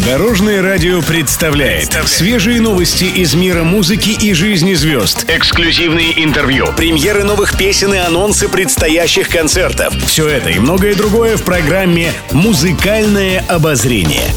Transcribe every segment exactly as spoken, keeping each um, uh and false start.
Дорожное радио представляет свежие новости из мира музыки и жизни звезд. Эксклюзивные интервью, премьеры новых песен и анонсы предстоящих концертов. Все это и многое другое в программе «Музыкальное обозрение».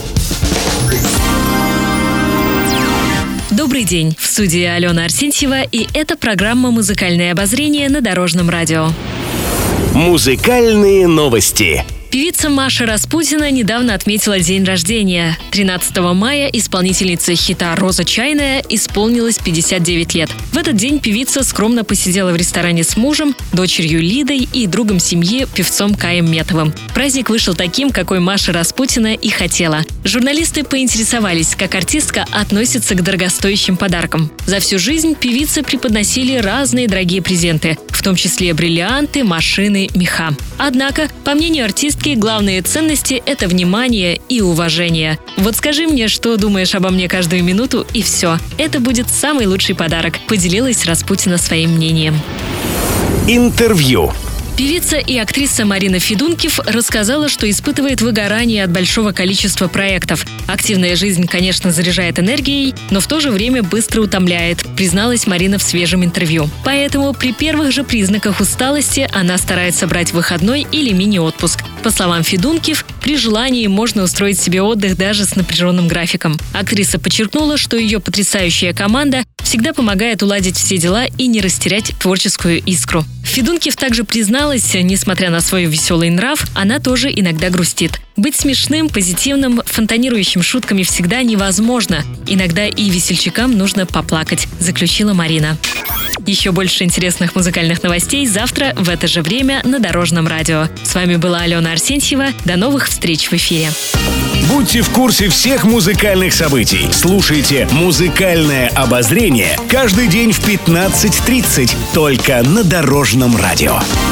Добрый день! В студии Алена Арсентьева, и это программа «Музыкальное обозрение» на Дорожном радио. Музыкальные новости. Певица Маша Распутина недавно отметила день рождения. тринадцатого мая исполнительнице хита «Роза чайная» исполнилось пятьдесят девять лет. В этот день певица скромно посидела в ресторане с мужем, дочерью Лидой и другом семьи, певцом Каем Метовым. Праздник вышел таким, какой Маша Распутина и хотела. Журналисты поинтересовались, как артистка относится к дорогостоящим подаркам. За всю жизнь певицы преподносили разные дорогие презенты, в том числе бриллианты, машины, меха. Однако, по мнению артистки, главные ценности – это внимание и уважение. Вот скажи мне, что думаешь обо мне каждую минуту, и все. Это будет самый лучший подарок, поделилась Распутина своим мнением. Интервью. Певица и актриса Марина Федункив рассказала, что испытывает выгорание от большого количества проектов. Активная жизнь, конечно, заряжает энергией, но в то же время быстро утомляет, призналась Марина в свежем интервью. Поэтому при первых же признаках усталости она старается брать выходной или мини-отпуск. По словам Федункив, при желании можно устроить себе отдых даже с напряженным графиком. Актриса подчеркнула, что ее потрясающая команда всегда помогает уладить все дела и не растерять творческую искру. Федункив также призналась, несмотря на свой веселый нрав, она тоже иногда грустит. Быть смешным, позитивным, фонтанирующим шутками всегда невозможно. Иногда и весельчакам нужно поплакать, заключила Марина. Еще больше интересных музыкальных новостей завтра в это же время на Дорожном радио. С вами была Алена Арсентьева. До новых встреч в эфире. Будьте в курсе всех музыкальных событий. Слушайте «Музыкальное обозрение» каждый день в пятнадцать тридцать только на Дорожном радио.